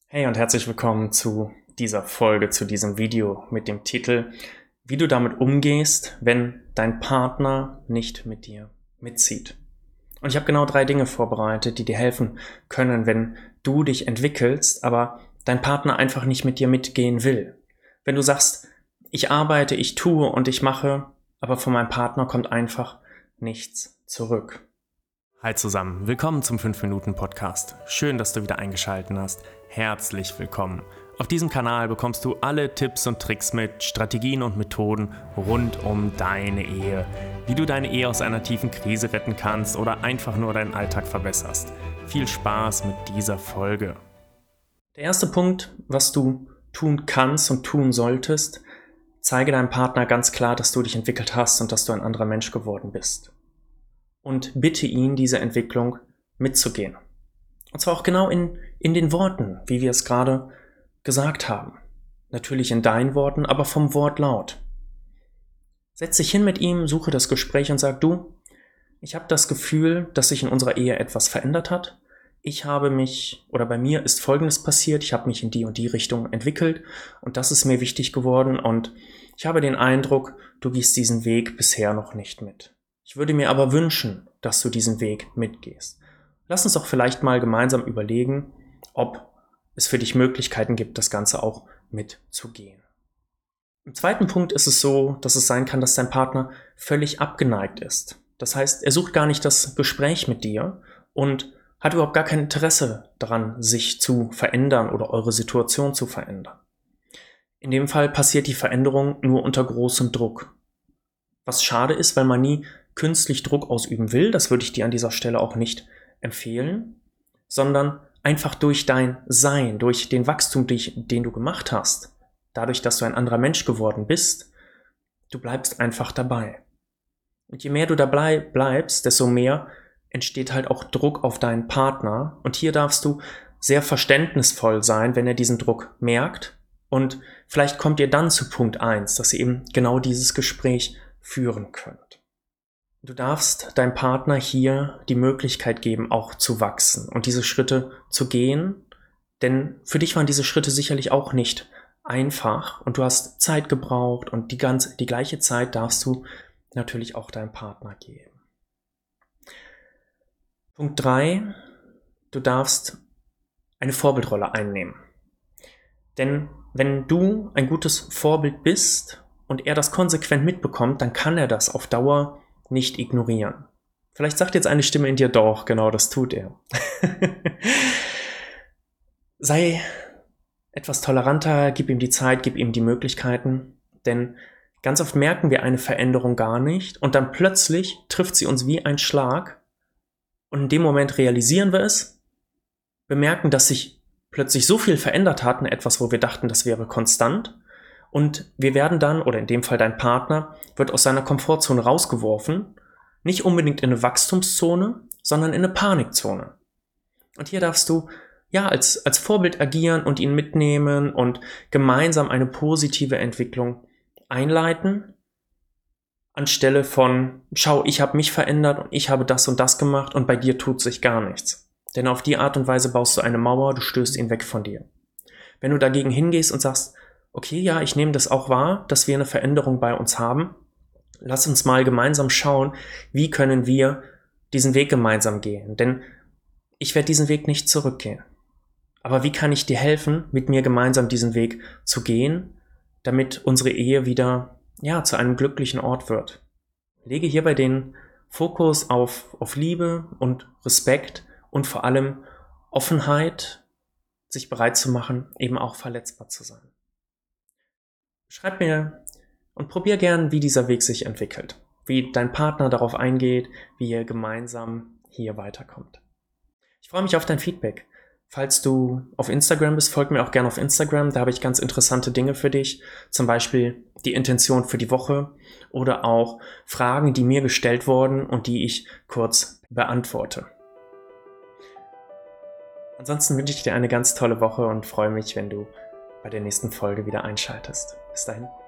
Hey und herzlich willkommen zu dieser Folge, zu diesem Video mit dem Titel, wie du damit umgehst, wenn dein Partner nicht mit dir mitzieht. Und ich habe genau 3 Dinge vorbereitet, die dir helfen können, wenn du dich entwickelst, aber dein Partner einfach nicht mit dir mitgehen will. Wenn du sagst, ich arbeite, ich tue und ich mache, aber von meinem Partner kommt einfach nichts zurück. Hi zusammen, willkommen zum 5-Minuten-Podcast. Schön, dass du wieder eingeschaltet hast. Herzlich willkommen. Auf diesem Kanal bekommst du alle Tipps und Tricks mit, Strategien und Methoden rund um deine Ehe. Wie du deine Ehe aus einer tiefen Krise retten kannst oder einfach nur deinen Alltag verbesserst. Viel Spaß mit dieser Folge. Der erste Punkt, was du tun kannst und tun solltest, zeige deinem Partner ganz klar, dass du dich entwickelt hast und dass du ein anderer Mensch geworden bist. Und bitte ihn, diese Entwicklung mitzugehen. Und zwar auch genau in den Worten, wie wir es gerade gesagt haben. Natürlich in deinen Worten, aber vom Wortlaut. Setz dich hin mit ihm, suche das Gespräch und sag, du, ich habe das Gefühl, dass sich in unserer Ehe etwas verändert hat. Bei mir ist Folgendes passiert, ich habe mich in die und die Richtung entwickelt und das ist mir wichtig geworden und ich habe den Eindruck, du gehst diesen Weg bisher noch nicht mit. Ich würde mir aber wünschen, dass du diesen Weg mitgehst. Lass uns doch vielleicht mal gemeinsam überlegen, ob es für dich Möglichkeiten gibt, das Ganze auch mitzugehen. Im zweiten Punkt ist es so, dass es sein kann, dass dein Partner völlig abgeneigt ist. Das heißt, er sucht gar nicht das Gespräch mit dir und hat überhaupt gar kein Interesse daran, sich zu verändern oder eure Situation zu verändern. In dem Fall passiert die Veränderung nur unter großem Druck. Was schade ist, weil man nie künstlich Druck ausüben will, das würde ich dir an dieser Stelle auch nicht empfehlen, sondern einfach durch dein Sein, durch den Wachstum, den du gemacht hast, dadurch, dass du ein anderer Mensch geworden bist, du bleibst einfach dabei. Und je mehr du dabei bleibst, desto mehr entsteht halt auch Druck auf deinen Partner. Und hier darfst du sehr verständnisvoll sein, wenn er diesen Druck merkt. Und vielleicht kommt ihr dann zu Punkt 1, dass ihr eben genau dieses Gespräch führen könnt. Du darfst deinem Partner hier die Möglichkeit geben, auch zu wachsen und diese Schritte zu gehen, denn für dich waren diese Schritte sicherlich auch nicht einfach und du hast Zeit gebraucht und die gleiche Zeit darfst du natürlich auch deinem Partner geben. Punkt 3, du darfst eine Vorbildrolle einnehmen. Denn wenn du ein gutes Vorbild bist und er das konsequent mitbekommt, dann kann er das auf Dauer nicht ignorieren. Vielleicht sagt jetzt eine Stimme in dir, doch, genau, das tut er. Sei etwas toleranter, gib ihm die Zeit, gib ihm die Möglichkeiten, denn ganz oft merken wir eine Veränderung gar nicht und dann plötzlich trifft sie uns wie ein Schlag und in dem Moment realisieren wir es, bemerken, dass sich plötzlich so viel verändert hat in etwas, wo wir dachten, das wäre konstant. Und wir werden dann, oder in dem Fall dein Partner, wird aus seiner Komfortzone rausgeworfen, nicht unbedingt in eine Wachstumszone, sondern in eine Panikzone. Und hier darfst du als Vorbild agieren und ihn mitnehmen und gemeinsam eine positive Entwicklung einleiten, anstelle von, schau, ich habe mich verändert und ich habe das und das gemacht und bei dir tut sich gar nichts. Denn auf die Art und Weise baust du eine Mauer, du stößt ihn weg von dir. Wenn du dagegen hingehst und sagst, okay, ja, ich nehme das auch wahr, dass wir eine Veränderung bei uns haben. Lass uns mal gemeinsam schauen, wie können wir diesen Weg gemeinsam gehen. Denn ich werde diesen Weg nicht zurückgehen. Aber wie kann ich dir helfen, mit mir gemeinsam diesen Weg zu gehen, damit unsere Ehe wieder zu einem glücklichen Ort wird? Lege hierbei den Fokus auf Liebe und Respekt und vor allem Offenheit, sich bereit zu machen, eben auch verletzbar zu sein. Schreib mir und probier gern, wie dieser Weg sich entwickelt, wie dein Partner darauf eingeht, wie ihr gemeinsam hier weiterkommt. Ich freue mich auf dein Feedback. Falls du auf Instagram bist, folg mir auch gerne auf Instagram, da habe ich ganz interessante Dinge für dich, zum Beispiel die Intention für die Woche oder auch Fragen, die mir gestellt wurden und die ich kurz beantworte. Ansonsten wünsche ich dir eine ganz tolle Woche und freue mich, wenn du bei der nächsten Folge wieder einschaltest. Bis dahin.